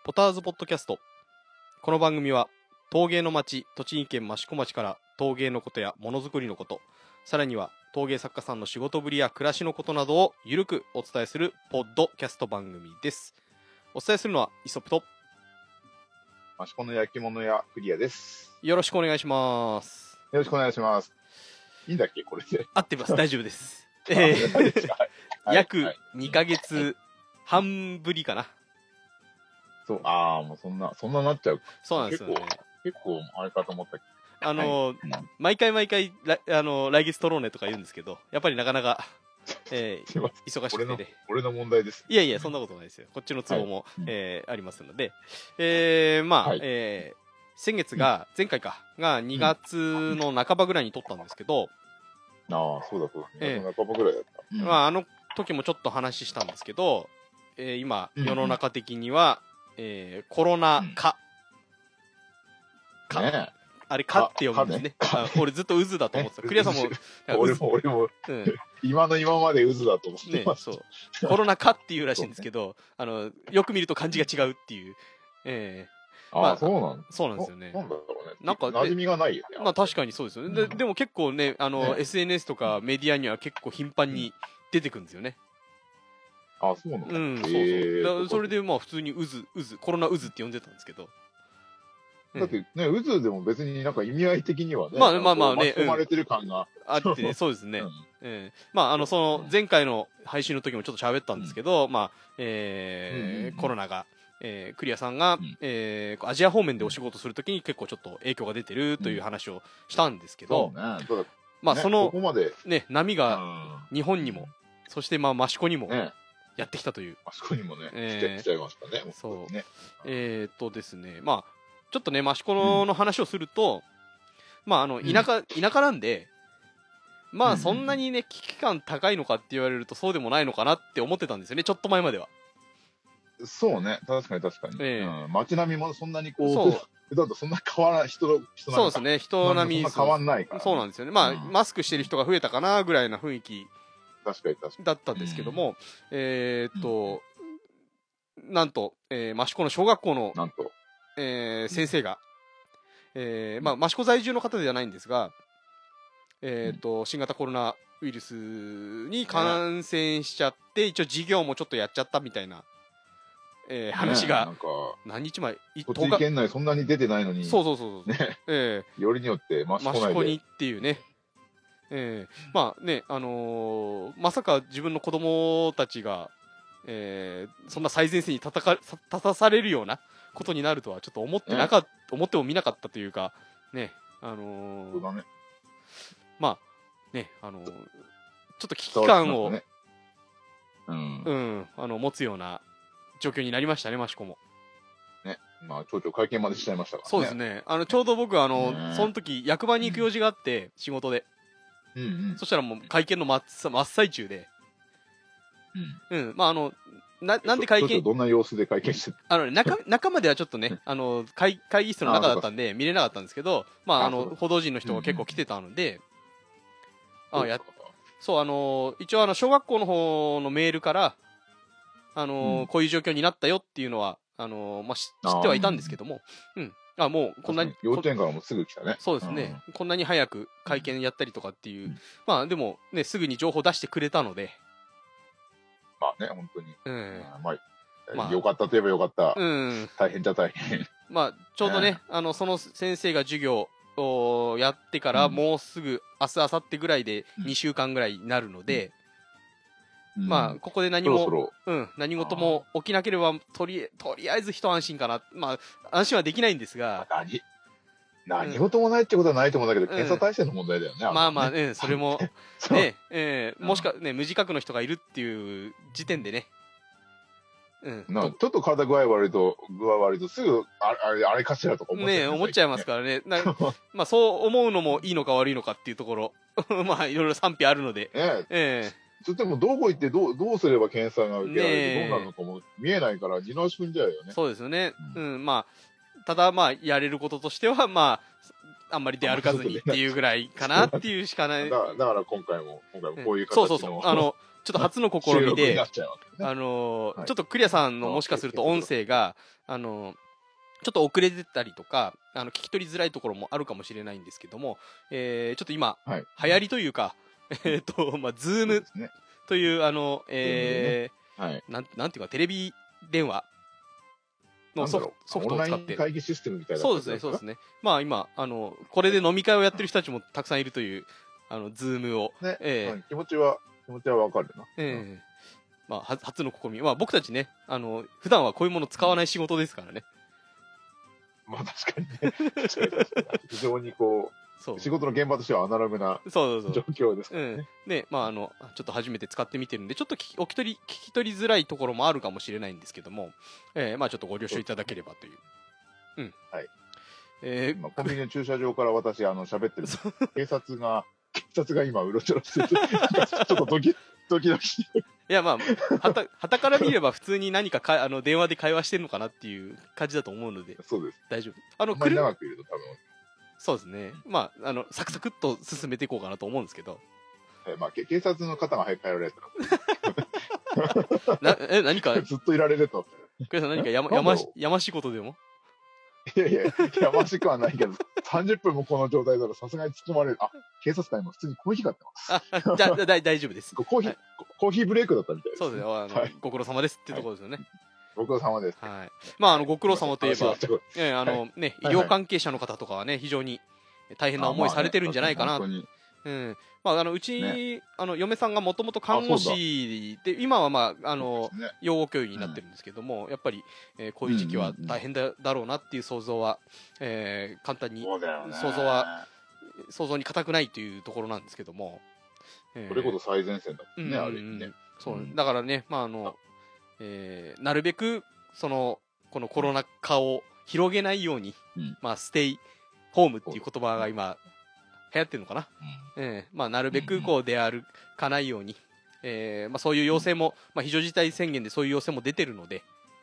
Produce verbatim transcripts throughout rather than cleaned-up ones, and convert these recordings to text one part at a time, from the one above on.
ポターズポッドキャスト。この番組は陶芸の町栃木県益子町から陶芸のことやものづくりのこと、さらには陶芸作家さんの仕事ぶりや暮らしのことなどをゆるくお伝えするポッドキャスト番組です。お伝えするのはイソップと益子の焼き物屋クリアです。 よろしくお願いします。 よろしくお願いします。いいんだっけこれで。 合ってます。大丈夫です。えー、約にかげつはんぶりかな。 そう、ああ、もうそんな、そんななっちゃう。 そうなんですよね。 結構、結構あれかと思ったけど。あのー、はい、毎回毎回、あのー、来月取ろうねとか言うんですけど、やっぱりなかなか、えー、忙しくてね俺の。俺の問題です。 いやいや、そんなことないですよ。こっちの都合も、はい、えー、ありますので、えー、まあ、はい、えー、先月が、前回か、がにがつの半ばぐらいに取ったんですけど、 うん、ああ、そうだそうだ。えー、にがつの半ばぐらいだった。 うん、まあ、あの時もちょっと話したんですけど、えー、今、世の中的には、えー、コロナ禍、うん、か、ね、あれかって読むんですね。ね俺ずっと渦だと思ってた。クリアさんも俺も俺も、うん、今の今まで渦だと思ってます、 ね、そうコロナ禍っていうらしいんですけど、ね、あのよく見ると漢字が違うっていう、えー、ああ、そうなんそうなんですよね。 なんだろうね。 なんか馴染みがないよね。 まあ確かにそうですよね。うん、で, でも結構ね、あの、ね、エスエヌエス とかメディアには結構頻繁に出てくるんですよね。 あ、そうなの、 うん、そうそう。だそれでまあ普通に渦、渦、コロナ渦って呼んでたんですけど。 だってね、渦でも別になんか意味合い的にはね、 まあまあまあね、 巻き込まれてる感が、 うん、あってね、そうですね。うんえー、まああのその前回の配信の時もちょっと喋ったんですけど、うん、まあ、えーうん、コロナが、えー、クリアさんが、うん、えー、アジア方面でお仕事するときに結構ちょっと影響が出てるという話をしたんですけど、 うん、そうね、 まあその、 ね、ここまでね、波が日本にも、うん、そしてまあ益子にも、ね、やってきたという。 益子にもね、 えー、 来ちゃいましたね。 そう。 ね、 えー、っとですね、まあ、ちょっとね、益子の話をすると、うん、まあ、あの、田舎、田舎なんで、まあ、そんなにね、危機感高いのかって言われるとそうでもないのかなって思ってたんですよね、ちょっと前までは。 そうね、確かに確かに。えーうん、街並みもそんなにこう、そう。だとそんな変わらない、人の、人そうですね、人並み。 そんな変わんないから、ね。 そうなんですよね。まあ、うん、マスクしてる人が増えたかな、ぐらいな雰囲気。 確かに確かに。 だったんですけども、うん、えー、っと、うん、なんと、えー、益子の小学校の、 なんと、 えー、先生が、うん、えー、まあ、益子在住の方ではないんですが、えー、っと、うん、新型コロナウイルスに感染しちゃって、ね、一応授業もちょっとやっちゃったみたいな、えー、話が、 ね、 何日前、 栃木県内そんなに出てないのに、 そうそうそうそう、 ね、 えー、よりによって益子内で益子にっていうね、えー、まあね、あのー、まさか自分の子供たちが、えー、そんな最前線に立たか立たされるようなことになるとはちょっと思ってなかっ、ね、思ってもみなかったというか、ね、あのー、 そうだね、 まあね、あのー、ちょっと危機感を、 ね、うん、 うん、あの持つような状況になりましたね、益子も。 ね、まあ町長会見までしちゃいましたからね。 そうですね。あのちょうど僕あの、ね、その時役場に行く用事があって、うん、仕事で。 うんうん、 そしたらもう会見の真っ、真っ最中で、うん、うん、まああのななんで会見どんな様子で会見してあの、ね、中中まではちょっとねあの 会, 会議室の中だったんで見れなかったんですけど、まああの報道陣の人が結構来てたので、うんうん、あやそうあの一応あの小学校の方のメールからあの、うん、こういう状況になったよっていうのはあの、まあ、知ってはいたんですけども、うん、あもうこんなに幼稚園からもすぐ来たね。 そうですね、うん、こんなに早く会見やったりとかっていう、うん、まあでもねすぐに情報出してくれたので、 まあね本当に、 うんまあまあ、よかったといえばよかった、 うん、 大変じゃ大変まあちょうどね、あのその先生が授業をやってからもうすぐ明日明後日ぐらいでにしゅうかんぐらいになるので、うん、まあここで何もそろそろ、 うん、何事も起きなければとりとりあえず一安心かな、まあ安心はできないんですが、 何何事もないってことはないと思うんだけど、うん、検査体制の問題だよね。 まあまあね、それもね、えー、もしかね無自覚の人がいるっていう時点でね。 うん、なちょっと体具合悪いと具合悪いとすぐあれあれかしらとか思っちゃう、 ね、思っちゃいますからね。なまあそう思うのもいいのか悪いのかっていうところまあいろいろ賛否あるので、 ねええー、でもどこ行ってどうどうすれば検査が受けられてどうなるのかも見えないから二の足踏んじゃうよね。 そうですよね。うん、うん、まあただまあやれることとしてはまああんまり出歩かずにっていうぐらいかなっていうしかない。 だからだから今回も今回もこういう形の、 うん、そうそうそうあのちょっと初の試みで、 収録になっちゃうわけね。 あのーはいちょっとクリアさんのもしかすると音声が、あのーちょっと遅れてたりとか、あの聞き取りづらいところもあるかもしれないんですけども、えーちょっと今、 はい。 流行りというか、えっと、まあ、ズームそうですね。 という、あの、えはい。 ーなん、なんていうか、テレビ電話のソフなんだろうソフトをオンライン使って、 会議システムみたいなそうですね、そうですね。まあ今、あの、これで飲み会をやってる人たちもたくさんいるという、あの、ズームを、 ね。 ええうん気持ちは、気持ちはわかるな。 ええまあ、は初の試み。まあ僕たちね、あの、普段はこういうもの使わない仕事ですからね。 まあ確かにね。確かに確かに。非常にこそうう、。仕事の現場としてはアナログなそうそうそ状う。 況ですからね。 うん。で、まああの、ちょっと初めて使ってみてるんで、ちょっと聞きおき取り、聞き取りづらいところもあるかもしれないんですけども、ええまあちょっとご了承いただければという。うん。 はい。 えー今、コンビニの駐車場から私、あの、喋ってる。警察が、警察が今、うろちょろしてて、ちょっとドキ、ドキドキ。 いやまあ、はた、はたから見れば普通に何かかあの電話で会話してるのかなっていう感じだと思うので、 そうです。 大丈夫。あの、 あんまり車長くいると多分、 そうですね。まあ、あの、サクサクっと進めていこうかなと思うんですけど。 えまあ、け警察の方が早く帰られたな、え、何か、 ら、ずっといられると。 クリアさん何かやま、 なんだろうやまし、やましいことでもいやいや、やましくはないけど、さんじゅっぷんもこの状態だとさすがに突っ込まれる。あ、警察官今普通にコーヒー買ってます。 あ、あじゃあ、だ大丈夫です。 コーヒー、 はいコーヒーブレイクだったみたいです。 そうですね。あの、 はいご苦労様ですってところですよね。 ご苦労様です。 はい。まあ、あの、ご苦労様といえば話、がええあの、ね、医はいはい療関係者の方とかはね、非常に大変な思いされてるんじゃないかな。 あまあねうん。まあ、あの、うち、 ねあの、嫁さんがもともと看護師で、今はまあ、あの、 ね養護教諭になってるんですけども、やっぱり、えーこういう時期は大変だ,、だろうなっていう想像は、えー簡単にそうだよね。 想像は想像に難くないというところなんですけども、えーそれこそ最前線だもんね、 うんある意味ね。 そう、 うんだからね、まああのえーなるべくそのこのコロナ禍を広げないように、 うんまあ、ステイホームっていう言葉が今流行ってるのかな、 うんえーまあ、なるべくこう出歩かないように、えーまあ、そういう要請も、まあ、非常事態宣言でそういう要請も出てるので、 ね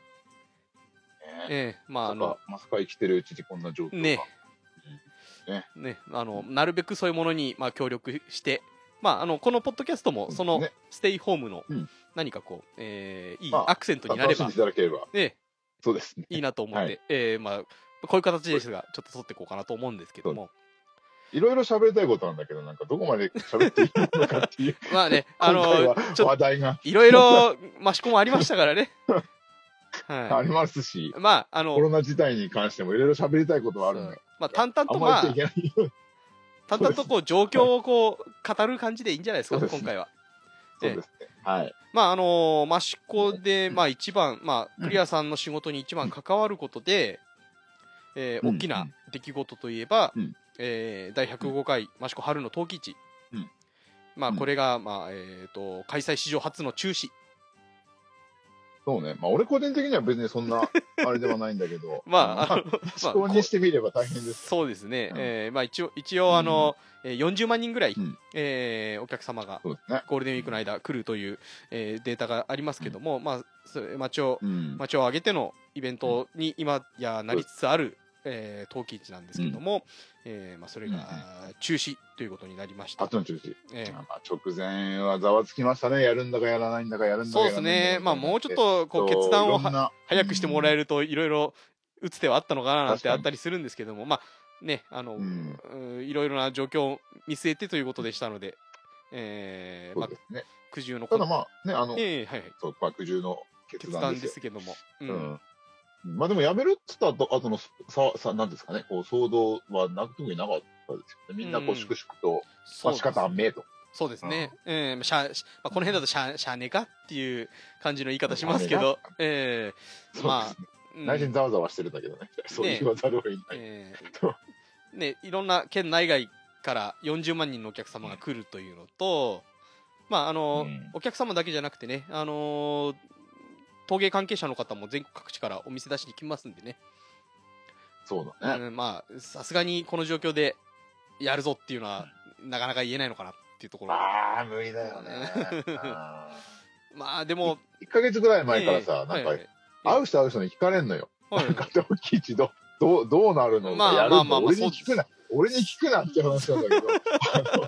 えーまああまさのかまさか生きてるうちにこんな状況が。 ねねね、あのなるべくそういうものに、まあ、協力して、まあ、あのこのポッドキャストもそのねステイホームのうん何かこう、えーいいまあアクセントになれば、 楽しんでいただければ。 ね、 そうですね。 いいなと思って、 はいえーまあ、こういう形ですがちょっと取っていこうかなと思うんですけども、 いろいろ喋りたいことなんだけど、なんかどこまで喋っていいのかっていう。 まあね、あの今回はちょっ話題がといろいろマシコもありましたからね。はありますしい、、まああのコロナ自体に関してもいろいろ喋りたいことはあるんだそうまあ、淡々 あんまとまあり言っちゃいけないよ。 淡々とこう状況をこう語る感じでいいんじゃないですか、 そうですね今回は。 そうですね。はい。 まああのマシコで、まあ、一番、まあ、クリアさんの仕事に一番関わることで、えーうん大きな出来事といえば、 うんえーだいひゃくごかい益子春の陶器市、 うんまあ、 うんこれが、まあえー、と開催史上初の中止、 そうね。まあ俺個人的には別にそんな、あれではないんだけど。 まああの思考にしてみれば大変です。 そうですね、 うんえーまあ、一応一応あの、えーよんじゅうまんにんぐらい、 うんえーお客様がそうですね。 ゴールデンウィークの間来るという、えーデータがありますけども、まあ、それ町をうん。 町を挙げてのイベントに今やなりつつある、えー陶器市なんですけども、えーまあ、それが中止ということになりました。 後の中止。 えーまあ直前はざわつきましたね。やるんだかやらないんだかやるんだかそうですやらないんだかね、まあ、もうちょっとこう決断をは早くしてもらえる。 るといろいろ打つ手はあったのかななんて確かにあったりするんですけども、まあね、あの、 うんうんいろいろな状況を見据えてということでしたので、えーまあそうで、すね。 苦渋のただまあね、あの、 えーはいはい、 そう、爆獣の決決断断でよ。 ですすけども、ううんん。まあでもやめるっつった後後のさ、さ、なんですかね、こう騒動はな特になかったですよね。みんなこううん粛々と、まあ仕そうです方あんめえと。 そうですね、えーしゃしまあ、この辺だとしゃしゃねかっていう感じの言い方しますけど、えーそうまあですね。、 うん内心ざわざわしてるんだけどね。そう言わざるを得ない。 えーね、いろんな県内外からよんじゅうまんにんのお客様が来るというのと、まああのうんお客様だけじゃなくてね、あのー陶芸関係者の方も全国各地からお店出しに来ますんでね、 そうだね。 うん、まあさすがにこの状況でやるぞっていうのはなかなか言えないのかなっていうところ。 ああ、無理だよね。あまあでもーいっかげつぐらい前からさ、なんかえーはいはい、 会う人会う人に聞かれんのよ。 はいなんか、陶器市ど、どう、どうなるのまあやるのまあまあまあ俺に聞くな。俺に聞くなって話なんだけど。あの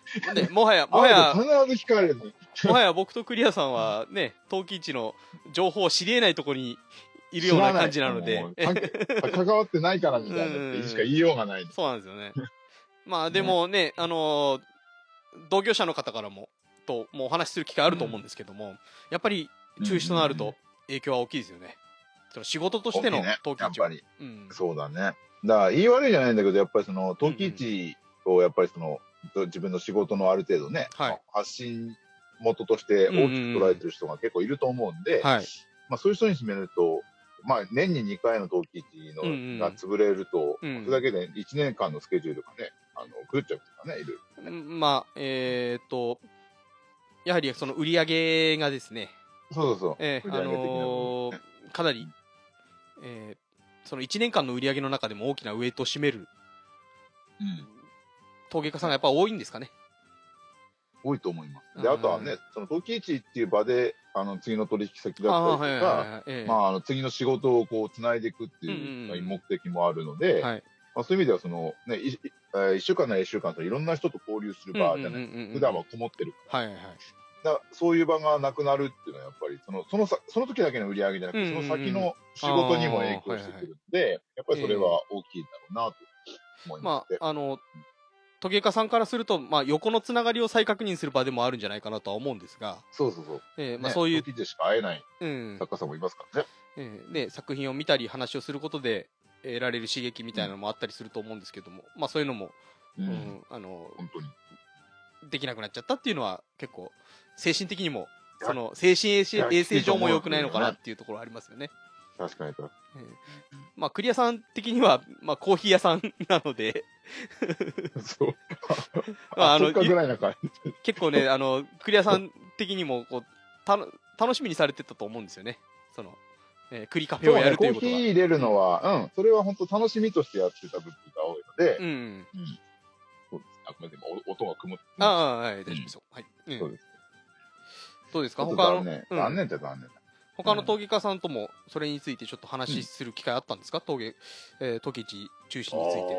で、もはや、もはや、 必ず聞かれるの。 もはや僕とクリアさんはね、陶器市の情報を知り得ないところにいるような感じなので。 関わってないからみたいなってしか言いようがない。 そうなんですよね。まあでもね、ねあのー、同業者の方からも、と、もうお話しする機会あると思うんですけども、うん、やっぱり中止となると影響は大きいですよね。その仕事としての陶器市、 ね、やっぱり、うん、そうだね。だから言い悪いじゃないんだけど、やっぱりその陶器市をやっぱりその、うんうん、自分の仕事のある程度ね、はい、発信元として大きく捉えてる人が結構いると思うんで、はい、まあそういう人に占めると、まあ年ににかいの陶器市の、うんうん、が潰れると、うん、それだけでいちねんかんのスケジュールがね、あの狂っちゃうとかね、いる、ね。 まあ、えー、っと、やはりその売り上げがですね、 そうそうそう、 えー、あのー、かなり、えー、そのいちねんかんの売り上げの中でも大きなウエイトを占める、うん、陶芸家さんがやっぱ多いんですかね。 多いと思います。で、あとはね、その陶器市っていう場で、あの、次の取引先だったりとか、まあ、あの、次の仕事をこう、つないでいくっていう目的もあるので、はい、まあ、そういう意味では、その、ね、いいっしゅうかんならいっしゅうかんといろんな人と交流する場じゃない。普段はこもってるから。はいはい。だそういう場がなくなるっていうのは、やっぱり、その、そのさ、その時だけの売り上げじゃなくて、その先の仕事にも影響してくるんで、やっぱりそれは大きいだろうなと思います。 まあ、あの、陶芸家さんからすると、まあ、横のつながりを再確認する場でもあるんじゃないかなとは思うんですが、 そうそうそう、 えーまあ、そういう、 時でしか会えない作家さんもいますからね。 うんえー、で作品を見たり話をすることで得られる刺激みたいなのもあったりすると思うんですけども、うん、まあ、そういうのも、うんうん、あの本当にできなくなっちゃったっていうのは結構精神的にもその精神衛生上も良くないのかなっていうところありますよね。 確かに、えー、 まあクリアさん的には、まあ、コーヒー屋さんなのでそうまあ、あの結構ねあのクリアさん的にもこうた楽しみにされてたと思うんですよね、その、えー、栗カフェをやるということは。 コーヒー入れるのは、うん、うん、それは本当楽しみとしてやってた部分が多いので、うん、うん、そうです。あくまでも音が曇ってああ、はい、大丈夫ですよ。はい。そうです。どうですか、他の。 残念って残念だ。 他の陶芸家さんともそれについてちょっと話する機会あったんですか、陶芸、えー、陶器市中止について。ああ、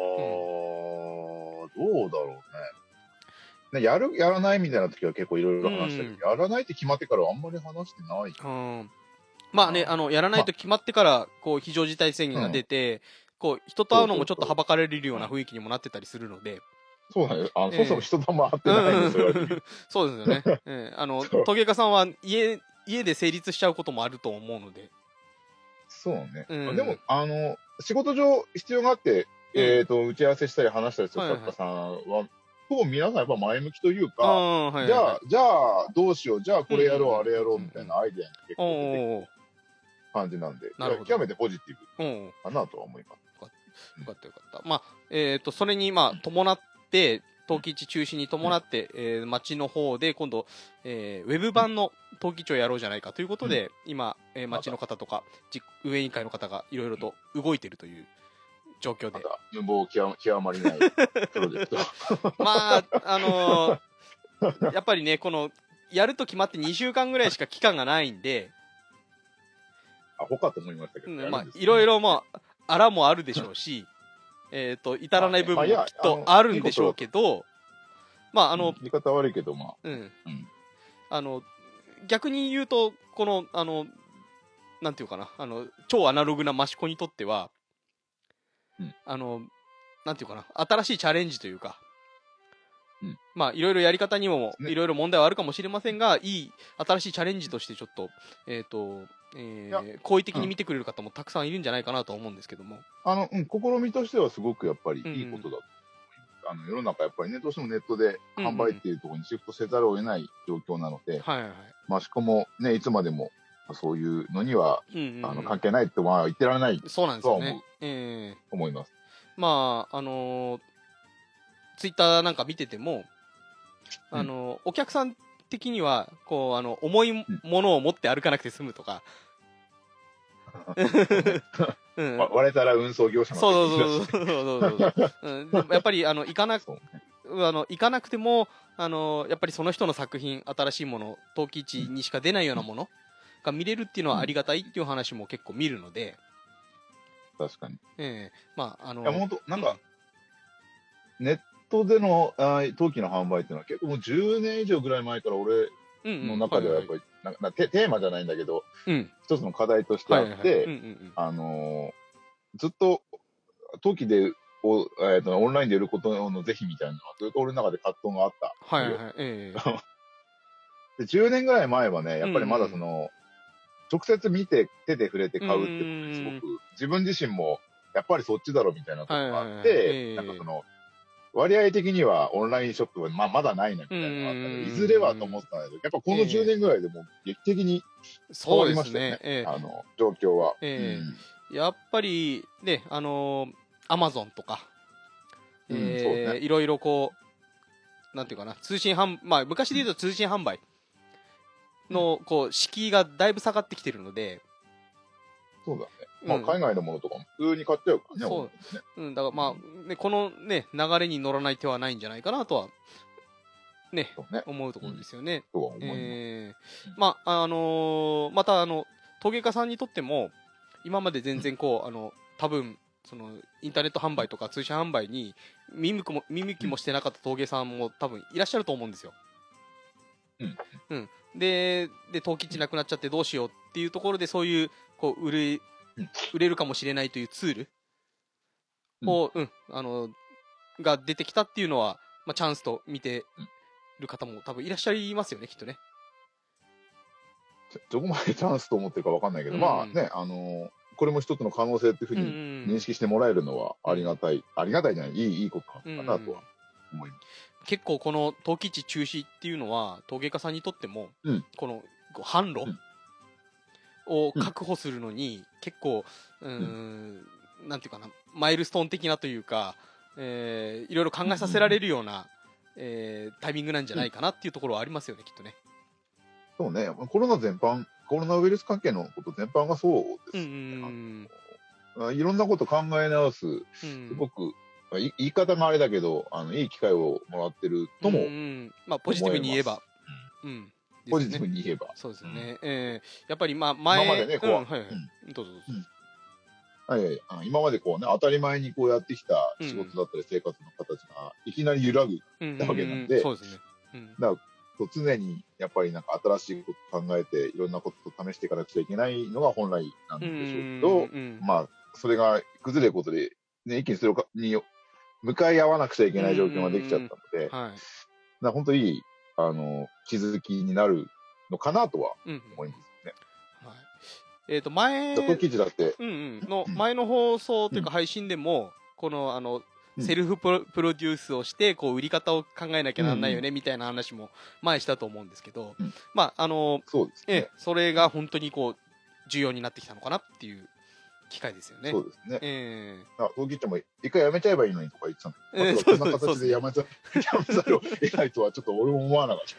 どうだろうね。ね、やる、やらないみたいな時は結構いろいろ話したけど、やらないって決まってからあんまり話してない。 うん。まあね、あの、やらないと決まってから、こう、非常事態宣言が出て、こう、人と会うのもちょっとはばかれるような雰囲気にもなってたりするので。 そうだよ。あの、そもそも人とも会ってないんですよ。 そうですよね。えー、あの、陶芸家さんは家、家で成立しちゃうこともあると思うので。 そうね。うん、でも、あの、仕事上必要があって、うん、えっと、打ち合わせしたり話したりする作家さんは、はいはい、ほぼ皆さんやっぱ前向きというか、はいはい、じゃあ、じゃあ、どうしよう、じゃあこれやろう、うん、あれやろうみたいなアイデアが結構出てくる感じなんで、極めてポジティブかなとは思います。 よかったよかった。まあ、えっと、それに、まあ、伴って、陶器市中止に伴って、うん、えー、町の方で今度、えー、ウェブ版の陶器市をやろうじゃないかということで、うん、今、えー、町の方とか運営委員会の方がいろいろと動いているという状況で、 ま、無謀極極まりないプロジェクトまああのー、やっぱりねこのやると決まってにしゅうかんぐらいしか期間がないんで、 アホかと思いましたけど、 ね、まあいろいろまああらもあるでしょうしえっと至らない部分もきっとあるんでしょうけど、まああの言い方悪いけどまあ、 うんうん、あの逆に言うとこのあのなんていうかな、あの超アナログな益子にとっては、うん、あのなんていうかな、新しいチャレンジというか、うん、まあいろいろやり方にもいろいろ問題はあるかもしれませんが、いい新しいチャレンジとしてちょっとえっ、ー、と、えー、好意的に見てくれる方もたくさんいるんじゃないかなと思うんですけども、 あの、うん、試みとしてはすごくやっぱりいいことだと、うんうん、あの世の中やっぱりねどうしてもネットで販売っていうところにシフトせざるを得ない状況なので、 はいはいはい、 益子もねいつまでもそういうのには、うんうんうん、あの関係ないとは言ってられないとは思う、ねえー、思います。 まああのー、ツイッターなんか見てても、うん、あのー、お客さん的にはこうあの重いものを持って歩かなくて済むとか、 うん、割れたら運送業者のそうそうそうそうそう、うん、やっぱりあの行かなく、ね、あの行かなくてもあのやっぱりその人の作品新しいもの陶器市にしか出ないようなものが見れるっていうのはありがたいっていう話も結構見るので、 確かに、 ええー、まああのいや本当なんか、うん、ネットでのあ陶器の販売っていうのは結構もうじゅうねん以上ぐらい前から俺の中ではやっぱり、なんかテーマじゃないんだけど、うん、一つの課題としてあって、あのー、ずっと陶器でお、えーと、オンラインで売ることの是非みたいなのはずっと俺の中で葛藤があった。はいはいはいえー、でじゅうねんぐらい前はね、やっぱりまだその、うんうん、直接見て手で触れて買うってことですごく自分自身もやっぱりそっちだろみたいなところがあって、なんかその割合的にはオンラインショップはままだないなみたいなのがあったけど、いずれはと思ってたんだけど、やっぱこのじゅうねんぐらいでも劇的に変わりましたよね、えー、あの状況は、えーうん。やっぱりね、あのー、アマゾンとか、うんえーね、いろいろこう、なんていうかな、通信販、まあ昔で言うと通信販売のこう敷居がだいぶ下がってきてるので、 そうだね。まあ、海外のものとかも普通に買っちゃうからね。 そう。ね、うん、だからまあ、ね、このね、流れに乗らない手はないんじゃないかなとは、ね、ね思うところですよね。 うん、そうは思います。 えー、まあ、あのー、また、あの、陶芸家さんにとっても、今まで全然こう、うん、あの、多分、その、インターネット販売とか通信販売に見向きも、見向きもしてなかった陶芸さんも多分いらっしゃると思うんですよ。 うん。 うん。で、で、陶器地なくなっちゃってどうしようっていうところで、そういう、こう、売れ、売れるかもしれないというツールを、うん、うん、あの、が出てきたっていうのは、まあ、チャンスと見てる方も多分いらっしゃいますよね、きっとね。 どこまでチャンスと思ってるか分かんないけど、うん、まあね、あのー、これも一つの可能性っていうふうに認識してもらえるのはありがたい、うん、ありがたいじゃない、いい、いいことなのかなとは思います。 うん、結構この陶器地中止っていうのは、陶芸家さんにとっても、うん、この販路、うんを確保するのに、うん、結構うーん、うん、なんていうかな、マイルストーン的なというか、えー、いろいろ考えさせられるような、うん、えー、タイミングなんじゃないかなっていうところはありますよね、きっとね。 そうね、コロナ全般、コロナウイルス関係のこと全般がそうですね。うんうん、いろんなこと考え直す、すごく、うん、言い方があれだけど、あのいい機会をもらってるとも思います。うん、 まあ、ポジティブに言えば。うん、うんポジティブに言えば。 そうですよね。うん、えー、やっぱりまあ前、 今までね、こう、うん、はいはい。うん、どうぞどうぞ。うんはいはい、あ今までこうね、当たり前にこうやってきた仕事だったり生活の形がいきなり揺らぐわけなんで、そうですね。うん、だから常にやっぱりなんか新しいことを考えていろんなことを試していかなくちゃいけないのが本来なんでしょうけど、うんまあそれが崩れることで、ね、一気にそれに向かい合わなくちゃいけない状況ができちゃったので、はい、だ本当にいいあの気づきになるのかなとは思いますね。 うんはいえー、と前だ記事だって、 うんうん、の前の放送というか配信でも、うん、このあのセルフプロ、プロデュースをしてこう売り方を考えなきゃなんないよねみたいな話も前したと思うんですけど、うん、まああのそうですね、 えそれが本当にこう重要になってきたのかなっていう機会ですよね。 そうですね。えー、あ、陶器店も一回やめちゃえばいいのにとか言ってたの。えー、こんな形でやめざ、やめざるを得ないとはちょっと俺も思わなかった。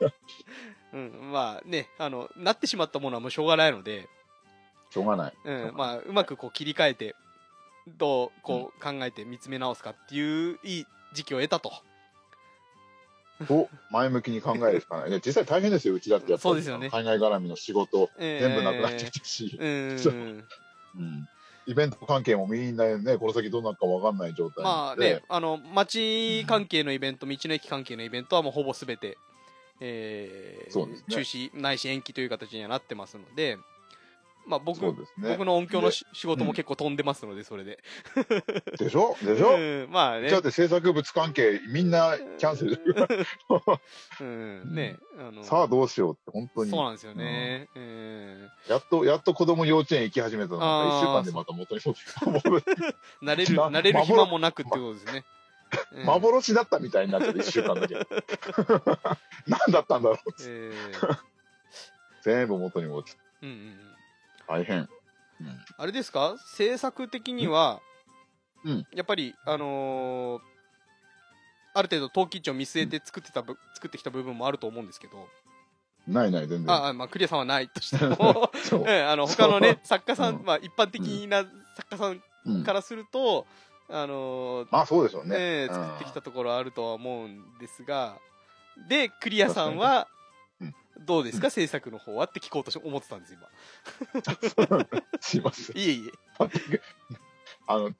うん、まあね、あのなってしまったものはもうしょうがないので、 しょうがない。 うん、まあうまくこう切り替えてどうこう考えて見つめ直すかっていういい時期を得たと。 と前向きに考えるしかない。実際大変ですよ、うちだってやっぱり、ね、海外絡みの仕事、えー、全部なくなっちゃったし、えーうん、イベント関係もみんなね、この先どうなるか分かんない状態で。 まあね、あの街関係のイベント、うん、道の駅関係のイベントはもうほぼすべて、えーそうですね、中止ないし延期という形にはなってますので、まあ 僕, ね、僕の音響の仕事も結構飛んでますので、それで。 でしょでしょ、うん、まあね。じゃあって制作物関係みんなキャンセル。 うんね、 あのさあどうしようって本当に。 そうなんですよね。うんえー、やっとやっと子供幼稚園行き始めたのがいっしゅうかんでまた元に戻って。 慣れる慣れる暇もなくってことですね。 幻だったみたいになってるいっしゅうかんだけ。何だったんだろう。えー、全部元に戻って。うんうん大変、うん、 あれですか制作的には、うん、やっぱりあのー、ある程度陶器市を見据えて作ってた、うん、作ってきた部分もあると思うんですけどないない全然ああ、まあ、クリアさんはないとしてもえあの他のね作家さん、うんまあ、一般的な作家さんからすると、うん、あのー、 まあそうでしょうね、 ね作ってきたところあるとは思うんですがでクリアさんはどうですか、うん、制作の方はって聞こうと思ってたんです今すいませんいえいえあの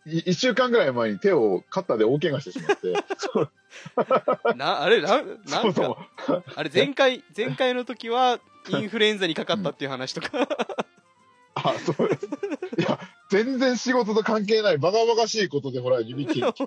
いっしゅうかんぐらい前に手をカッターで大怪我してしまって。 な、あれ、な、なんか、そうそうあれ、前回、前回の時は、インフルエンザにかかったっていう話とか。うん、 あ、そうです。いや、全然仕事と関係ない、バカバカしいことで、ほら、指切っちゃって。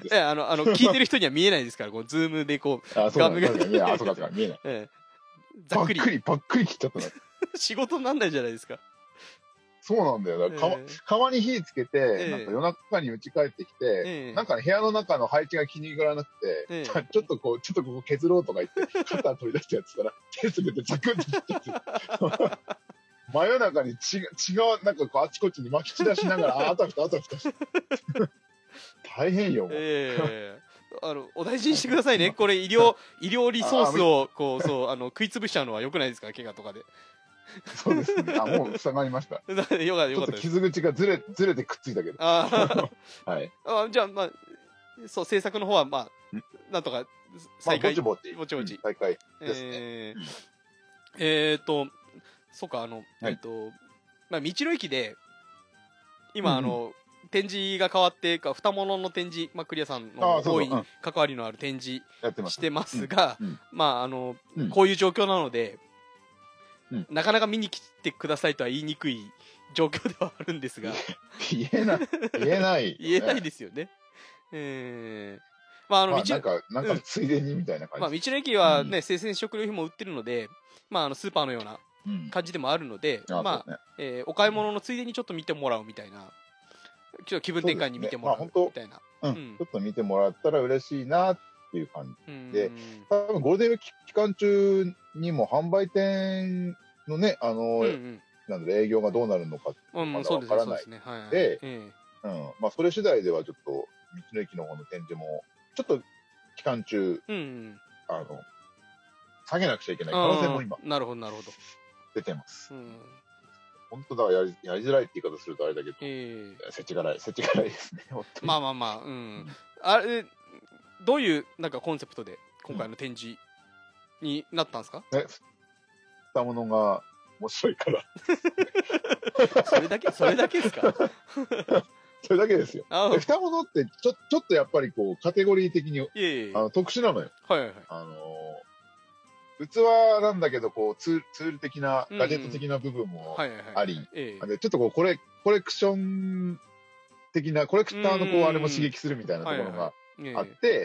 え、あの、あの、聞いてる人には見えないですから、こう、ズームでこう、 あ、そうだ、ね、あ、そうか、そうか、見えない。ええ、ざっくり。ばっくり、ばっくり切っちゃったな。 仕事になんないじゃないですか。そうなんだよ。だから、えー、釜に火つけて、えー、なんか夜中に家帰ってきて、えー、なんか、ね、部屋の中の配置が気に入らなくて、えー、ちょっとこう、ちょっとここ削ろうとか言って、カッター取り出してやってたら、手すべてザクッと切っちゃって。真夜中に血が、血がなんかこうあちこちに撒き散らしながら、あ、あたふたあたふたして。大変よ、もう。 えー、あの、お大事にしてくださいね。これ、医療、医療リソースを、こう、そう、あの、食いつぶしちゃうのは良くないですか、怪我とかで。 そうですね。あ、もう塞がりました。 よかった、よかった。ちょっと傷口がずれ、ずれてくっついたけど。あはい。 あ、じゃあ、まあ、そう、制作の方は、まあ、なんとか、 再開。ぼちぼち。 ぼちぼち。 再開ですね。えー、えーと、そうか、あの、えっと、まあ、道の駅で、今、あの、展示が変わってか、二物の展示、まあ、クリアさんの多い関わりのある展示してますが、まあ、あの、こういう状況なので、なかなか見に来てくださいとは言いにくい状況ではあるんですが。 言えない。言えない。 言えないですよね。えー、まあ、あの、道、 なんか、なんか、ついでにみたいな感じ。 まあ、道の駅はね、生鮮食料品も売ってるので、まあ、あの、スーパーのような感じでもあるので、まあ、えお買い物のついでにちょっと見てもらうみたいな、ちょっと気分転換に見てもらうみたいな。 うん、ちょっと見てもらったら嬉しいなっていう感じで、多分ゴールデンウィーク期間中にも販売店のね、あの、なんだ営業がどうなるのかってまだわからないので、うん、まあそれ次第ではちょっと道の駅の方の展示もちょっと期間中、あの下げなくちゃいけない可能性も今なるほどなるほど出てます。本当だやりやりづらいって言い方するとあれだけど、えー、せちがらいせちがらいですね。 まあまあまあ、うん。あれどういうなんかコンセプトで今回の展示になったんですか？ え、二物が面白いから。 それだけそれだけですか？ それだけですよ。二物ってちょちょっとやっぱりこうカテゴリー的にあの特殊なのよ。 はいはいはい。 あの器なんだけどこうツール、ツール的なガジェット的な部分もあり、ちょっとこうコレコレクション的なコレクターのこうあれも刺激するみたいなところがあって、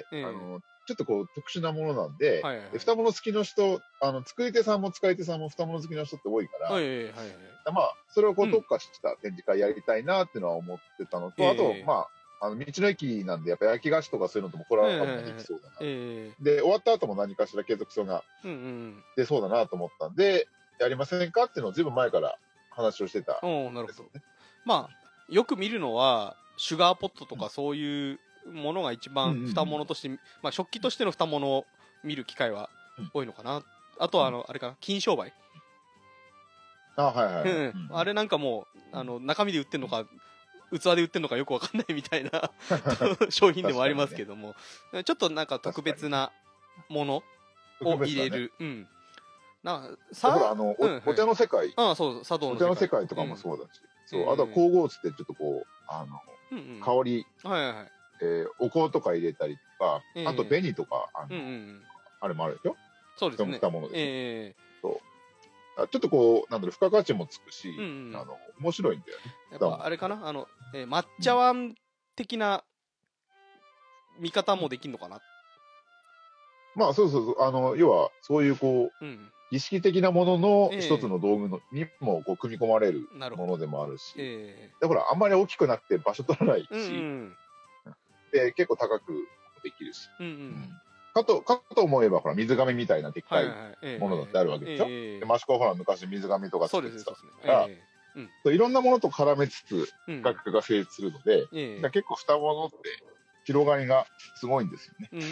あのちょっとこう特殊なものなんで、二物好きの人、あの作り手さんも使い手さんも二物好きの人って多いから、まあそれをこう特化した展示会やりたいなっていうのは思ってたのと、あとまああの道の駅なんでやっぱ焼き菓子とかそういうのともコラボができそうだな、えー、で終わった後も何かしら継続性が出そうだなと思ったんで、やりませんかっていうのをずいぶん前から話をしてた、 ね、なるほど。まあよく見るのはシュガーポットとかそういうものが一番二物として、うんうんうん、まあ、食器としての二物を見る機会は多いのかな、うん、あとはあの、うん、あれかな金商売、 あ、はいはい、 うん、あれなんかもうあの中身で売ってるのか器で売ってるのかよくわかんないみたいな商品でもありますけども、ね、ちょっとなんか特別なものを入れる、ね、うん、 なんかさほらあの お,、うん、お茶の世界、 ああそう茶道のお茶の世界とかもそうだし、うん、そうあとは香合つってちょっとこうあの、うんうん、香り、はいはいはい、えー、お香とか入れたりとか、えー、あと紅とかあの、うんうん、あれもあるでしょ。 そうですね。 したものです、えー、そうちょっとこうなんだろう付加価値もつくし、うんうん、あの面白いんだよね。 やっぱあれかなあの、えー、抹茶碗的な見方もできるのかな。 まあそうそうそうあの要はそういうこう、うん、儀式的なものの一つの道具の、えー、にもこう組み込まれるものでもあるし、えー、でほらあんまり大きくなくて場所取らないし、うんうん、で結構高くできるし。うんうんうんかと、かと思えば、ほら、水亀みたいなでっかいものだってあるわけでしょ。はいはいえー、で、益子はほら、昔水亀とか作ってたから、ねえーうん、いろんなものと絡めつつ、企画が成立するので、うん、結構二物って広がりがすごいんですよね。 うん、うん、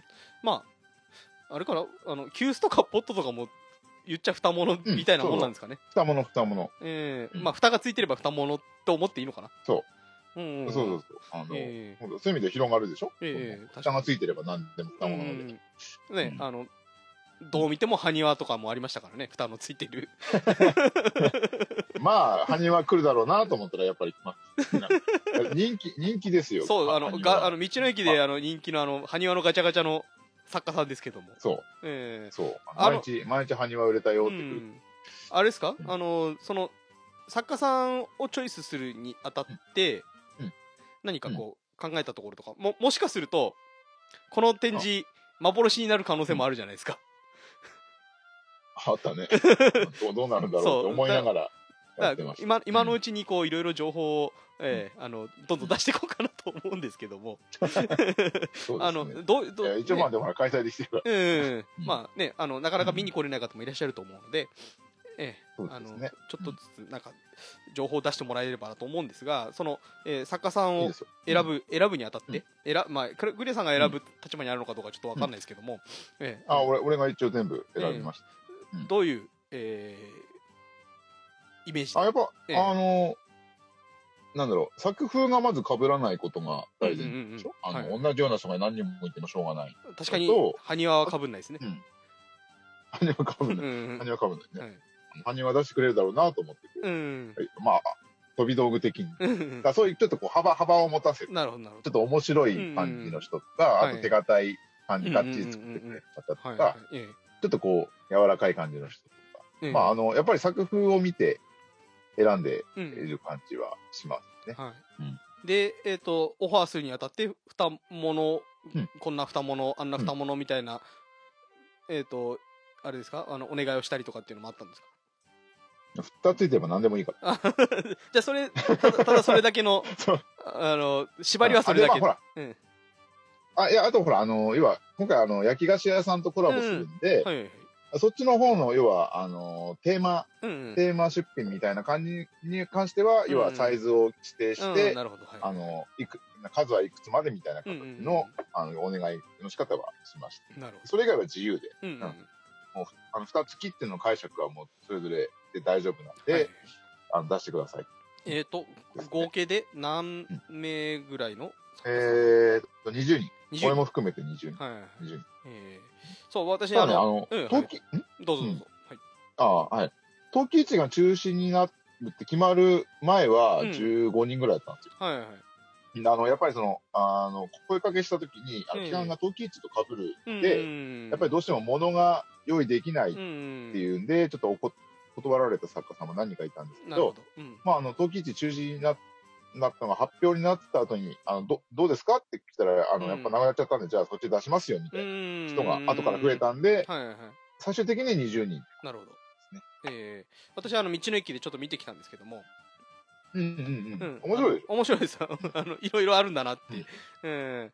まあ、あれかな、あの、急須とかポットとかも言っちゃ二物みたいなもんなんですかね。 うん、二物、二物。 ええー、まあ、蓋がついてれば二物と思っていいのかな。 そう。うんうん、そうそうそう。あの、えー、そういう意味で広がるでしょ。ええー、蓋がついてれば何でも蓋物なので。 うん、ね、うん、あの、どう見ても埴輪とかもありましたからね、蓋のついてる。 まあ、埴輪来るだろうなと思ったら、やっぱり来ます。人気、人気ですよ。 そう、あの、が、あの、道の駅で、あの、人気のあの、埴輪のガチャガチャの作家さんですけども。 そう。 ええー。 そう。毎日、毎日埴輪売れたよってくる。 あれですか、うん、あの、その、作家さんをチョイスするにあたって、うん、何かこう、考えたところとか、も、もしかすると、この展示、幻になる可能性もあるじゃないですか。 あったね。どう、どうなるんだろうと思いながらやってました。 今、今のうちにこういろいろ情報を、えー、あのどんどん出していこうかなと思うんですけども。あのどうどう一応まあでも開催できてるから。 うんまあねあのなかなか見に来れない方もいらっしゃると思うので。ええ、あのちょっとずつなんか情報を出してもらえればなと思うんですが、その、えー、作家さんを選ぶ選ぶにあたって、うん、選まあグレさんが選ぶ立場にあるのかどうかちょっとわかんないですけども、 うんええ、あ俺俺が一応全部選びました。 えーうん、どういう、えー、イメージ？ あやっぱ、えー、あのなんだろう作風がまず被らないことが大事でしょ。あの、はい、同じような人が何人もいてもしょうがない。 確かに埴輪は被んないですね。 埴輪は被んない。埴輪は被んないね。はい埴輪出してくれるだろうなと思って、うんはい、まあ飛び道具的にだそういうちょっとこう幅幅を持たせるなるほどなるほどちょっと面白い感じの人とか、うんうん、あと手堅い感じ、ガッチリ作ってくれる方とかちょっとこう柔らかい感じの人とか、うん、まああのやっぱり作風を見て選んでいる感じはしますね。うんはいうん、で、えーと、オファーするにあたって二物、うん、こんな二物あんな二物みたいな、うん、えっ、ー、とあれですかあのお願いをしたりとかっていうのもあったんですか？ 二ついてれば何でもいいから。 じゃあそれただ、ただそれだけのあの縛りはそれだけ。あ、まあ、ほら、うん、 あいやあとほらあの要は今回あの焼き菓子屋さんとコラボするんで、うんはいはい、そっちの方の要はあのテーマ、うんうん、テーマ出品みたいな感じに関しては、うんうん、要はサイズを指定して、うんうんはい、あのいく数はいくつまでみたいな形の、うんうん、あのお願いの仕方はしました。なるほどそれ以外は自由で。うんうんうんもうあのふたつ切っての解釈はもうそれぞれで大丈夫なんで、はい、あの出してください。 えっ、ー、と、ね、合計で何名ぐらいの、うん、 えーとにじゅうにん。俺も含めてにじゅうにん。はい、にじゅうにん。 えー、そう私は、ね、あの、うん、 冬季、 はい、どうぞどうぞ。 うん、はい。ああはい。冬季市が中止になるって決まる前はじゅうごにんぐらいだったんですよ。うん、はいはい。あのやっぱりそのあの声かけした時にあの期間が冬季市と被るので、うん、やっぱりどうしても物が用意できないっていうんで、うん、ちょっとおこ断られた作家さんも何人かいたんですけど、うん、まああの冬季市中止になったのが発表になった後にあの ど, どうですかって来たらあの、うん、やっぱなくなっちゃったんでじゃあそっち出しますよみたいな人が後から増えたんで、はいはい、最終的ににじゅうにん。 なるほど。ですね。えー、私はあの道の駅でちょっと見てきたんですけども。 うんうんうん。面白い。 面白いです。あのいろいろあるんだなって。うん、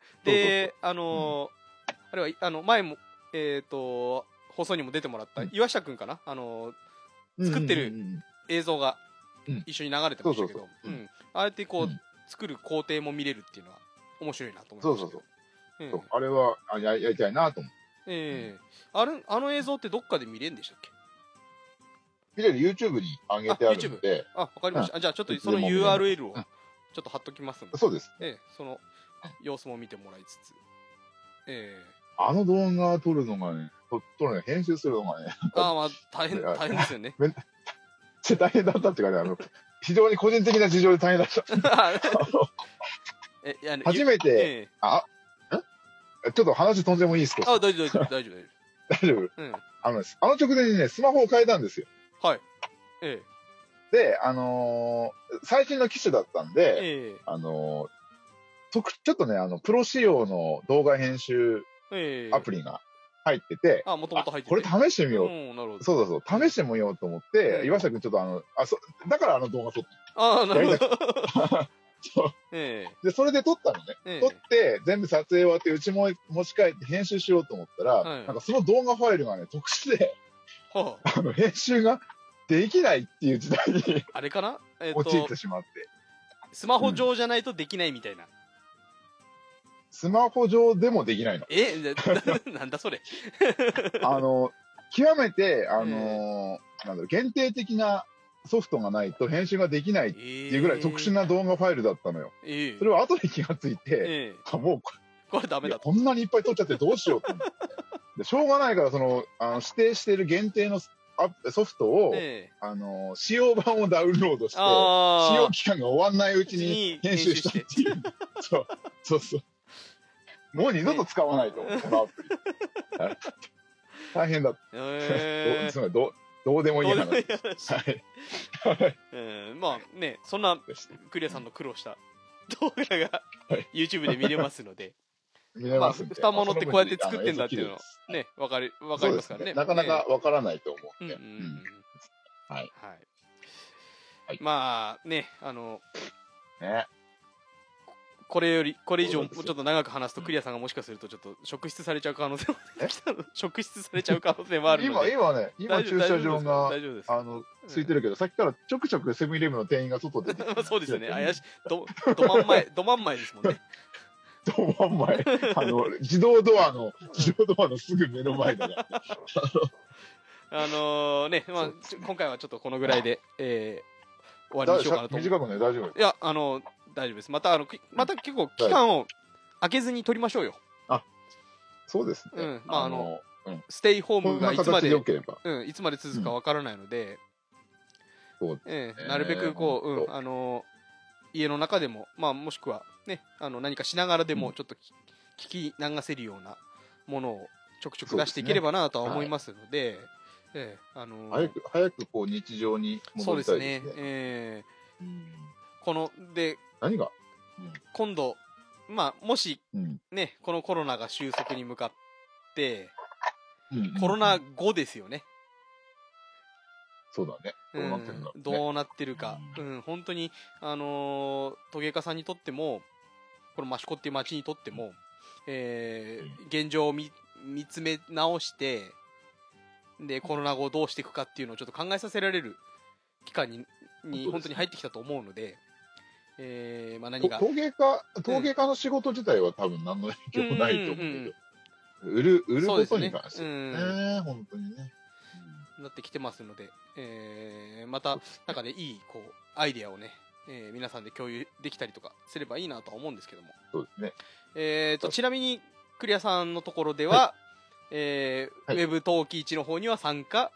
で、あのー、あれはあの前もえっ、ー、と放送にも出てもらった岩下くんかな、あのー、作ってる映像が一緒に流れてましたけど、ああやってこう、うん、作る工程も見れるっていうのは面白いなと思いました。そうそうそう。うん、そうあれはあ や, やりたいなと思って。 ええー、あれあの映像ってどっかで見れるんでしたっけ？ 見れる YouTube に上げてあるので。 あ、わかりました。うん、じゃあちょっとその ユーアールエル をちょっと貼っときますので。 そうです。 ええ、その様子も見てもらいつつ。ええー。あの動画を撮るのがね、撮るの編集するのがね。 ああ、まあ大変、大変ですよね。 めっちゃ大変だったっていうかね、あの、非常に個人的な事情で大変だった。 えいや初めて、ええ、あ、んちょっと話飛んでもいいですか？ あ、大丈夫、大丈夫、大丈夫。 大丈夫。うん。あの、あの直前にね、スマホを変えたんですよ。 はい。ええ。で、あのー、最新の機種だったんで、ええ、あのー、ちょっとね、あの、プロ仕様の動画編集アプリが入ってて、 あ、もともと入ってて。これ試してみよう。うん、なるほど。そうそうそう。試してみようと思って、うん、岩下くんちょっとあの、あ、そ、だからあの動画撮った。 ああ、なるほど。 そう。ええ、で、それで撮ったのね。ええ、撮って、全部撮影終わって、うちも持ち帰って編集しようと思ったら、はい、なんかその動画ファイルがね、特殊で、はあ、あの、編集ができないっていう時代に、 あれかな、 えー、陥ってしまって。 スマホ上じゃないとできないみたいな。うん、 スマホ上でもできないの。 えなんだそれ。 あの、極めて、あのー、なんだろう、限定的なソフトがないと編集ができないっていうぐらい特殊な動画ファイルだったのよ。えー、それを後で気がついて、えー、あもうこれダメだと。 こんなにいっぱい撮っちゃってどうしようと思って。でしょうがないから、その、あの指定している限定のソフトを、 ええ、 あの、使用版をダウンロードして、使用期間が終わんないうちに編集したっていう。そう、そうそう。もう二度と使わないと、このアプリ。大変だ。えー、ど, どうでもいい話。はい。 えー、まあね、そんなクリアさんの苦労した動画が YouTube で見れますので。 見れますんで。 まあ、蓋物ってこうやって作ってんだっていうのね、わかり、わかりますからね。 なかなかわからないと思うんで。 はい。はい。まあね、あの、 ね。 これより、これ以上、ちょっと長く話すと、クリアさんがもしかすると、ちょっと、職質されちゃう可能性も職質されちゃう可能性もあるので。 今、今ね、今駐車場が、あの、ついてるけど、さっきからちょくちょくセブンイレブンの店員が外出てきて。 そうですよね。怪しい。ど、ど真ん前、ど真ん前ですもんね。 ど真ん前。あの、自動ドアの、自動ドアのすぐ目の前だから。 あのね、まあ、今回はちょっとこのぐらいで、えー、終わりにしようかなと。 短くね、大丈夫。 いや、あの、大丈夫です。また、あの、また結構期間を空けずに取りましょうよ。 あ、そうですね。 うん。まあ、あの、ステイホームがいつまで、うん、いつまで続くかわからないので、 そうええ、なるべくこう、うん、あの、家の中でも、まあ、もしくはね、あの、何かしながらでも、ちょっと聞き流せるようなものをちょくちょく出していければなとは思いますので、ええ、あの、 早く、早くこう日常に戻りたいですね。 そうですね。ええ、この、で、 何が、 うん、今度、まあ、もし、ね、うん、このコロナが収束に向かって、うんうん、コロナ後ですよね。 そうだね。どうなってるんだろうね。 どうなってるか。うん、本当に、あのー、陶芸家さんにとっても、この益子っていう町にとっても、えー、現状を見、見つめ直して、で、コロナ後どうしていくかっていうのをちょっと考えさせられる期間に、に本当に入ってきたと思うので、えー、まあ何が。 陶芸家、陶芸家の仕事自体は多分何の影響もないと思うけど、売る、売ることに関してね、本当にね。 なってきてますので、えー、また、なんかね、いい、こう、アイデアをね、えー、皆さんで共有できたりとかすればいいなとは思うんですけども。 そうですね。 えーと、ちなみに、クリアさんのところでは、はい、えー、はい、ウェブ陶器市の方には参加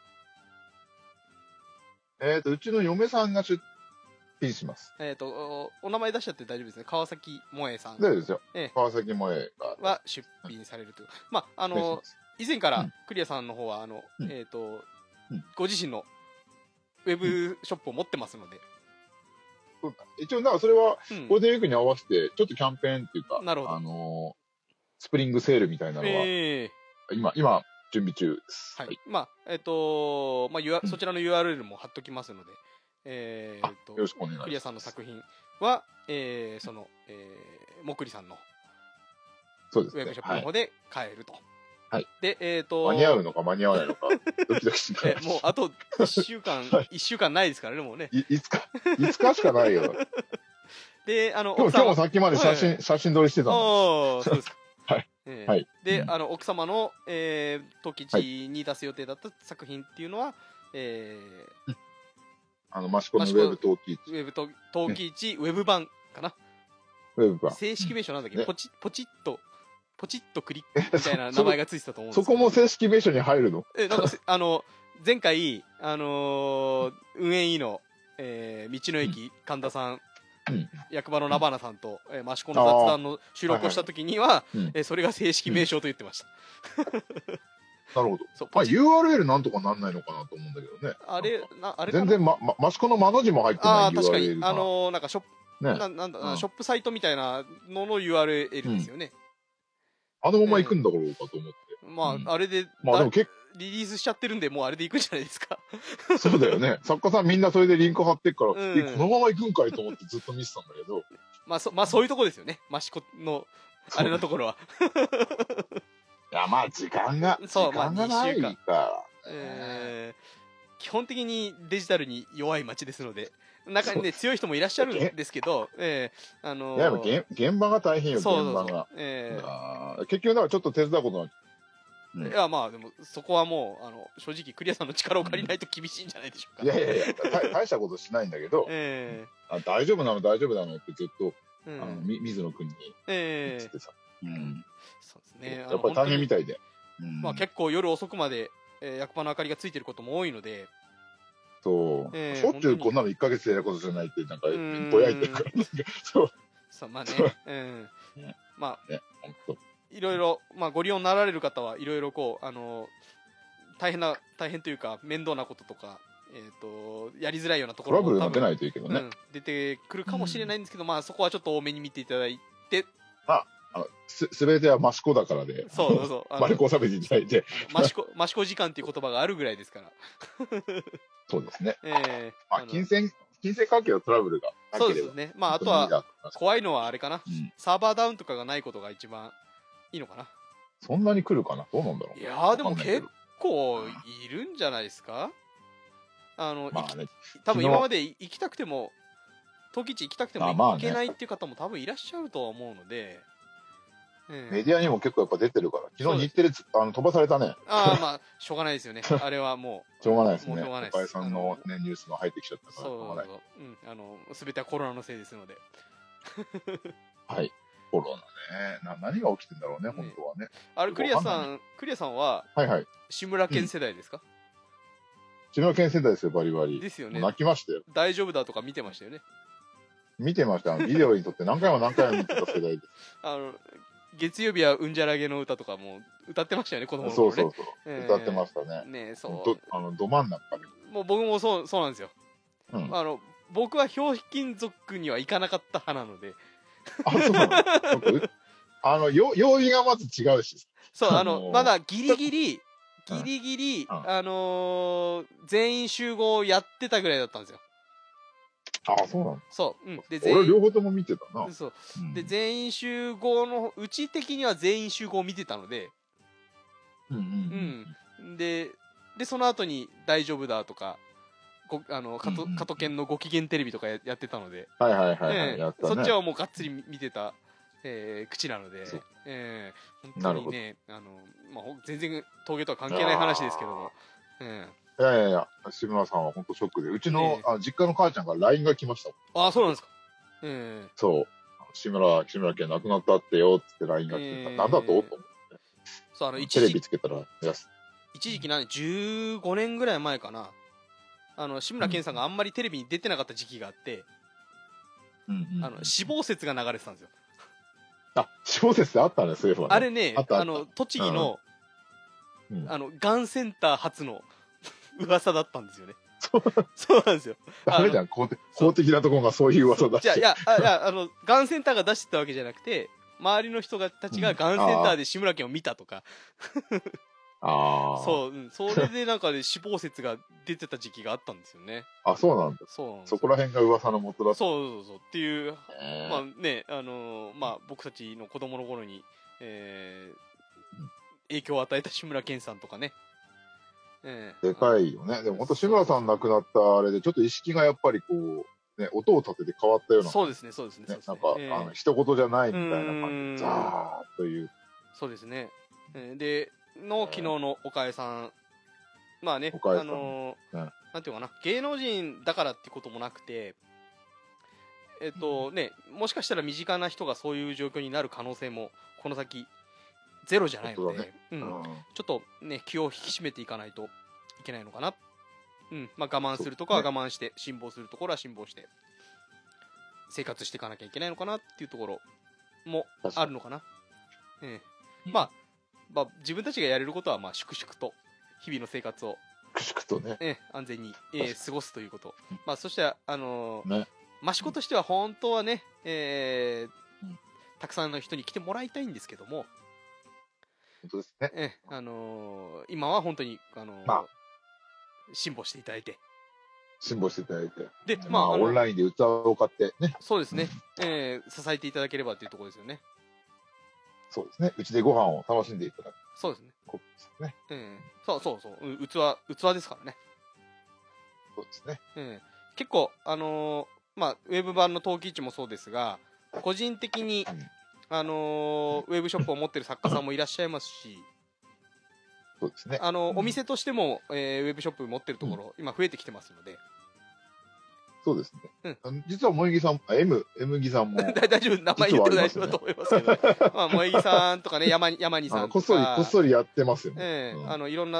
えーと、うちの嫁さんが出品します。 えーと、お、お名前出しちゃって大丈夫ですね。川崎萌えさん。 大丈夫ですよ。えー、川崎萌えが。 は出品されるという。まあ、あの、以前から、クリアさんの方は、あの、うん、えーと、ご自身のウェブショップを持ってますので、 うん、一応なんかそれはゴールデンウィークに合わせてちょっとキャンペーンっていうか、 なるほど、 あのー、スプリングセールみたいなのは、えー、今今準備中です。 はい。はい、まあえっ、ー、とまあ、うん、そちらの ユーアールエル も貼っときますので、えー、とよろしくお願いします。 クリアさんの作品は、えー、その、えー、もくりさんのそうですね、 ウェブショップの方で買えると。 はい。 で、えっ、ー、と間に合うのか間に合わないのか、ドキドキしない。え、もうあといっしゅうかん、はい、いっしゅうかんないですからね、もうね。 い、いつか、いつかしかないよ。 で、あの、 今日、今日もさっきまで写真、はい、写真撮りしてたんです。 ああ、そうですか。 はい。 えー、 はい。 で、うん、あの、奥様の、えー、陶器市に出す予定だった作品っていうのは、はい、えー、 あの、益子のウェブ陶器市。 ウェブ陶器市、ウェブ版かな。 ウェブ版。 正式名称なんだっけ、ね、ポチッ、ポチッと、ポチッとクリックみたいな名前がついてたと思うんですけど。そこも正式名称に入るの？ え、なんか、あの、前回、あのー、運営委員の、えー、道の駅、神田さん、うん、役場のナバナさんと、えー、益子の雑談の収録をした時には、はいはい、えー、それが正式名称と言ってました。 なるほど。そう、まあ、ユーアールエル なんとかなんないのかなと思うんだけどね。 あれ、な、あれ全然、ま、ま、益子の間の字も入ってない ユーアールエル が。ああ、確かに。 あのー、なんかショップ、ね、ななんだ、うん、ショップサイトみたいなのの ユーアールエル ですよね。 うん、あのまま行くんだろうかと思って。 えー、まあ、うん、あれで、 まあでも結構、 リリースしちゃってるんで、もうあれで行くんじゃないですか。 そうだよね。作家さんみんなそれでリンク貼ってっから、うん、このまま行くんかいと思ってずっと見てたんだけど。 まあ、そ、まあそういうとこですよね。益子の、あれのところは。 いや、まあ時間が、 そう、 時間がないから。まあ、 えー、基本的にデジタルに弱い町ですので、中にね、強い人もいらっしゃるんですけど、えー、あのー、 いや、現場が大変よ、現場が。えー、結局、だからちょっと手伝うことになっうん、いやまあでもそこはもうあの正直クリアさんの力を借りないと厳しいんじゃないでしょうか。 いやいやいや大したことしないんだけど、えー、あ大丈夫なの大丈夫なのってずっと、うん、あの水野君に言っててさ、えーうん、 そうですね。 やっぱり大変みたいで、 うん、まあ結構夜遅くまでえー、役場の明かりがついてることも多いので、 そう、えー、しょっちゅうこんなのいっかげつでやることじゃないって、なんか、ぼやいてるから、そう。 そう、まあね、うん。ね、まあ、ね、いろいろ、まあ、ご利用になられる方はいろいろこう、あの、大変な、大変というか、面倒なこととか、えっと、やりづらいようなところもトラブルが出ないといいけどね、うん。 出てくるかもしれないんですけど、うん、まあ、そこはちょっと多めに見ていただいて、 あ、あのす、すべては益子だからで。 そうそうそう。 丸子を食べていただいて。 益子、益子時間っていう言葉があるぐらいですから。 そうですね。 えー、あ、金銭、金銭関係のトラブルがなければ。 そうですね。まあ、あとは、怖いのはあれかな、うん。サーバーダウンとかがないことが一番いいのかな。 そんなに来るかな、どうなんだろう。 いやー、でも結構いるんじゃないですか。あの、まあね、多分今まで行きたくても、陶器市行きたくても行けないっていう方も多分いらっしゃるとは思うので、 えー、メディアにも結構やっぱ出てるから、昨日日テレあの飛ばされたね。 ああ、まあ、しょうがないですよね。あれはもう。しょうがないですね。 しょうがないです。 岡井さんの、ね、ニュースが入ってきちゃったから。 そうそうそう。うん。あの、すべてはコロナのせいですので。 はい。コロナね。な、何が起きてんだろうね、ね、本当はね。 あれ、クリアさん、クリアさんは、 はいはい。 志村けん世代ですか？ 志村けん世代ですよ、バリバリ。 ですよね。 泣きましたよ。 大丈夫だとか見てましたよね。 見てました。ビデオに撮って何回も何回も見てた世代です。 あの、月曜日はうんじゃらげの歌とかも歌ってましたよね、子供の頃ね。そうそうそう。えー、歌ってましたね。 ね、そう。 ど、あの、ど真ん中で。 もう僕もそう、そうなんですよ。うん、あの、僕はひょうきん族には行かなかった派なので。 あ、そうなの？あの、よ、曜日がまず違うし。 そう、あの、まだギリギリ、ギリギリ、うん、あのー、全員集合やってたぐらいだったんですよ。 ああ、そうなの？ そう。うん。 で、全員。俺両方とも見てたな。 そう。うん、で、全員集合の、うち的には全員集合を見てたので。 うんうん、 うん。で、で、その後に大丈夫だとか、ごあの、加藤健のご機嫌テレビとか や, やってたので。 はいはいはい、はい、 ね、やったね。そっちはもうがっつり見てた、えー、口なので。えー、本当にね、あの、まあ、全然峠とは関係ない話ですけども。 えーいやいやいや、志村さんは本当ショックで、うちの、ね、あ実家の母ちゃんから ライン が来ました。 ああ、そうなんですか。えー、 そう。志村、志村けん亡くなったってよって ライン が来てた。えー、なんだとと思って。 そう、あの、 テレビつけたら、 一時期何、じゅうごねんぐらい前かな。あの、志村けんさんがあんまりテレビに出てなかった時期があって、うんうん、あの、死亡説が流れてたんですよ。 あ、死亡説ってあったね、そういえば、ね。 あれね、あ, あの、栃木の、うん、あの、がんセンター初の噂だったんですよね。そうそうなんですよ。 ダメじゃん、公的、公的なところがそういう噂出して。 いや、いや、いや、あの、がんセンターが出してたわけじゃなくて、周りの人がたちががんセンターで志村けんを見たとか。 ああ。 そう、うん。それでなんかね、死亡説が出てた時期があったんですよね。 あ、そうなんだ。 そうなんです。 そこら辺が噂の元だった。 そうそうそう。っていう、えー、まあね、あのー、まあ僕たちの子供の頃に、えー、影響を与えた志村けんさんとかね。 えー、でかいよね。でも本当志村さん亡くなったあれで、ちょっと意識がやっぱりこう、ね、音を立てて変わったような。 そうですね、そうですね。 ね、なんか、えー、あの、一言じゃないみたいな感じで、ザーッという。 そうですね。えー、で、の昨日の岡江さん、まあね、あのーうん、なんていうかな、芸能人だからってこともなくて、えっとね、もしかしたら身近な人がそういう状況になる可能性もこの先ゼロじゃないので、ね、うん、うん、ちょっとね気を引き締めていかないといけないのかな。うん、まあ我慢するとこは我慢して、ね、辛抱するところは辛抱して生活していかなきゃいけないのかなっていうところもあるのかな。ええ、まあ。まあ、自分たちがやれることはまあ粛々と日々の生活を粛々とね、 え安全に、えー、過ごすということ、まあ、そしてあのーね、益子としては本当はね、えーうん、たくさんの人に来てもらいたいんですけども、 本当ですね、 えあのー、今は本当に、あのーまあ、辛抱していただいて辛抱していただいてで、 まあ、オンラインで器を買ってね、 そうですね、えー、支えていただければというところですよね。 そうですね。うちでご飯を楽しんでいただく。 そうですね。 こですね。 うん。そうそうそう。う器、器ですからね。 そうですね。 うん。結構、あのー、まあ、ウェブ版の陶器市もそうですが、個人的に、うん、あのー、ウェブショップを持ってる作家さんもいらっしゃいますし、 そうですね。 あのー、うん、お店としても、えー、ウェブショップ持ってるところ、うん、今増えてきてますので、 そうですね。うん、実は萌木さん、M、M 木さんも。 大丈夫、名前言って大丈夫だと思いますけど。まあ、萌木さんとかね、山に、山にさんとか。 こっそり、こっそりやってますよね。 ええーうん、あの、いろんな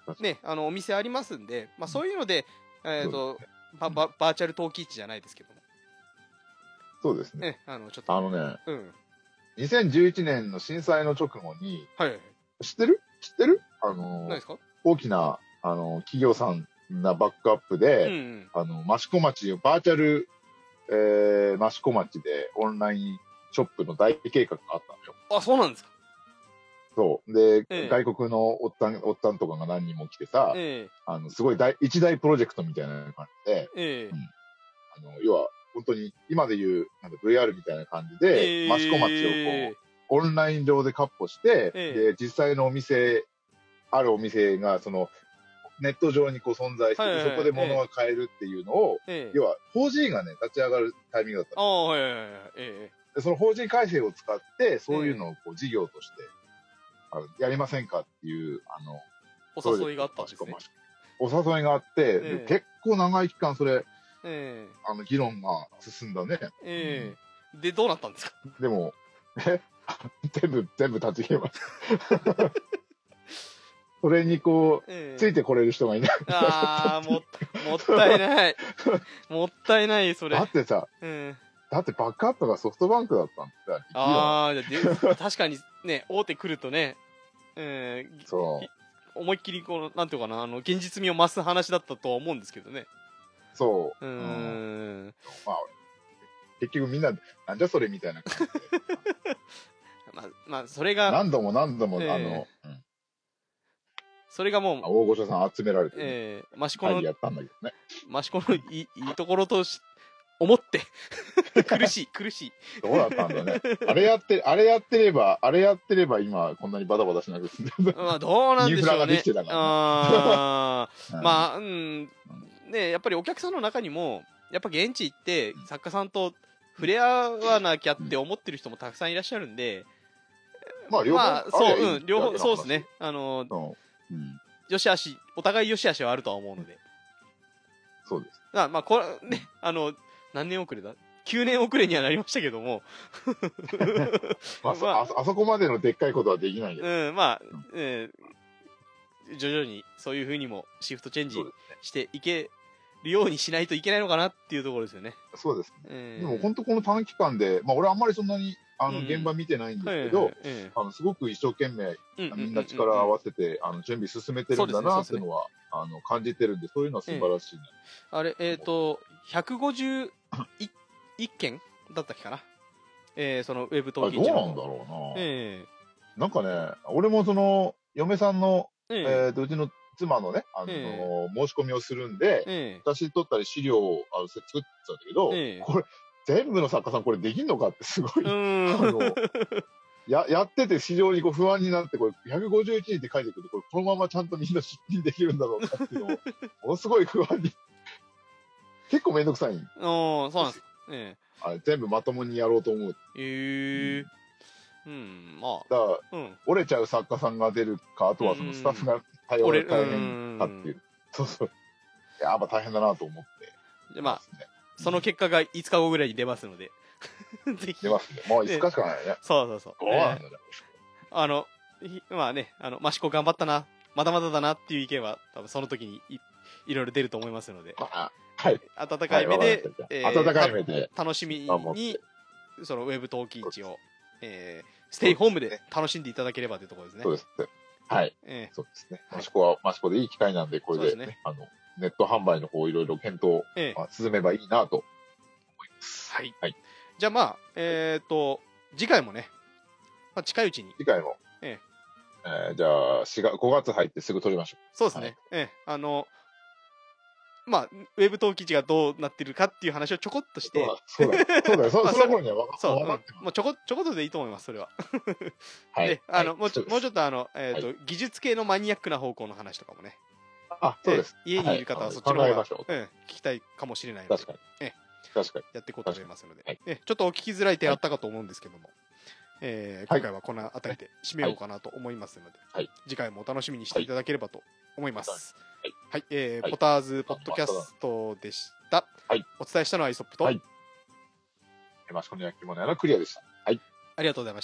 ね、あのお店ありますんで、まあ、そういうので、えーとバババーチャル陶器市じゃないですけども、 そうですね。 ね、あのちょっとあのね、 うん、 にせんじゅういちねんの震災の直後に、 はいはいはい、 知ってる知ってるあの何ですか？ 大きなあの企業さんなバックアップで、 うんうん、 あの益子町をバーチャル、えー、益子町でオンラインショップの大計画があったのよ。 あ、そうなんですか。 そうで、 ええ、 外国のおったんおったんとかが何人も来てさ、 ええ、 あのすごい大一大プロジェクトみたいな感じで、 ええ、 うん、あの要は本当に今でいうなんか ブイアール みたいな感じで、 え益子町をこうオンライン上でカッポして、 ええ、 で実際のお店あるお店がそのネット上にこう存在して、はいはいはい、そこで物が買えるっていうのを、ええ、要は法人がね立ち上がるタイミングだったの。 あ、はいはいはい、ええ、でその法人改正を使ってそういうのをこう事業として、あのやりませんかっていうあのお誘いがあったんですね。 お誘いがあって、ええ、で結構長い期間それ、ええ、あの議論が進んだね。 ええ、うん、でどうなったんですか？ でもえ全部全部立ち消えましたそれにこう、ええ、ついてこれる人がいないああ、ももったいないもったいないそれ。 だってさ、ええ、だってバックアップがソフトバンクだったんだよ。 ああ、確かにね、大手来るとね、えー、そう思いっきりこのなんていうかな、あの現実味を増す話だったとは思うんですけどね。 そう。 うーん。うん、 まあ結局みんななんじゃそれみたいな感じで。 まあまあそれが何度も何度も、えー、あの、うん、 それがもう大御所さん集められて、ね、 えー、益子のやったんだけどね。 益子のいいいいところとし思って苦しい苦しい。 どうだったんだね。あれやってあれやってればあれやってれば今こんなにバタバタしなくて済んで。 まあどうなんでしょうね。インフラができてたから、ね。あうん、 まあうんね、やっぱりお客さんの中にもやっぱ現地行って作家さんと触れ合わなきゃって思ってる人もたくさんいらっしゃるんで、 まあ両方、まあ、 そううん両方そうですね。あの、うん、よしあしお互いよしあしはあるとは思うので。 そうです。 あまあこれねあの何年遅れだきゅうねん遅れにはなりましたけどもまあ、まあ、あそこまでのでっかいことはできないけど、 うんまあ、えー、徐々にそういうふうにもシフトチェンジしていけるようにしないといけないのかなっていうところですよね。 そうですね、えー、でも本当この短期間で、まあ、俺あんまりそんなにあの現場見てないんですけど、あのすごく一生懸命みんな力を合わせてあの準備進めてるんだなっていうのはあの感じてるんで、そういうのは素晴らしい、ね、 えー、あれえっ、ー、とひゃくごじゅういっけんだったっけかな、えー、そのウェブ登記どうなんだろうな、えー、なんかね俺もその嫁さんの、えーえー、とうちの妻のね、あのーえー、申し込みをするんで、えー、私取ったり資料をあの作ってたんだけど、えー、これ全部の作家さんこれできんのかってすごいあのややってて非常にこう不安になって、これひゃくごじゅういちにんって書いてくるとこれこのままちゃんとみんな出品できるんだろうかっていうのをものすごい不安に結構めんどくさいんです。 そうなんです、えー、あれ全部まともにやろうと思う。 へえーうん、うん、まあだから、うん、折れちゃう作家さんが出るか、あとはそのスタッフが対応が大変かっていう、そうそう、やっぱ大変だなと思って、 でまあ、ね、その結果がいつかごぐらいに出ますのでぜひ出ますね。もういつかしかないね。 そうそうそう。 どうなんだろう、 えー、あのまあね、あの益子頑張ったな、まだまだだなっていう意見は多分その時に い, いろいろ出ると思いますので、 あはい、 温かい目で、 はいえー、温かい目で楽しみにそのウェブ陶器市を、えー、ステイホームで楽しんでいただければというところですね。 そうですね。はい。えー、そうですね。益子は益子でいい機会なんで、これで、ねね、あのネット販売の方いろいろ検討、えーまあ、進めばいいなと思います。 はい。はい、じゃあまあえっ、ー、と次回もね、まあ、近いうちに次回も、えーえー、じゃあしがごがつ入ってすぐ撮りましょう。 そうですね。はい、えー、あのまあ、ウェブ陶器市がどうなってるかっていう話をちょこっとして、 そうだ、そうだ、そうだ、その頃には分かってそう、うん、もうちょこちょこっとでいいと思います、それは。 はい。 で、あの、はい、もうちょもうちょっとあのえっ、ー、と、はい、技術系のマニアックな方向の話とかもね。 あ、そうです。 家にいる方はそっちの方が、はい、うん、聞きたいかもしれないので、 確かに。 え確かにやっていこうと思いますので、はい、えちょっとお聞きづらい点あったかと思うんですけども、はい、えー、今回はこの辺りで締めようかなと思いますので、はい、次回もお楽しみにしていただければと思います。はい、はい、えーはい、ポターズポッドキャストでした。はい、お伝えしたのはイソップと、はい、 益子の焼き物屋のクリアでした。はい、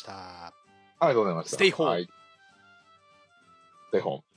ありがとうございました。ありがとうございました。 ステイホーム。はい、 ステイホーム。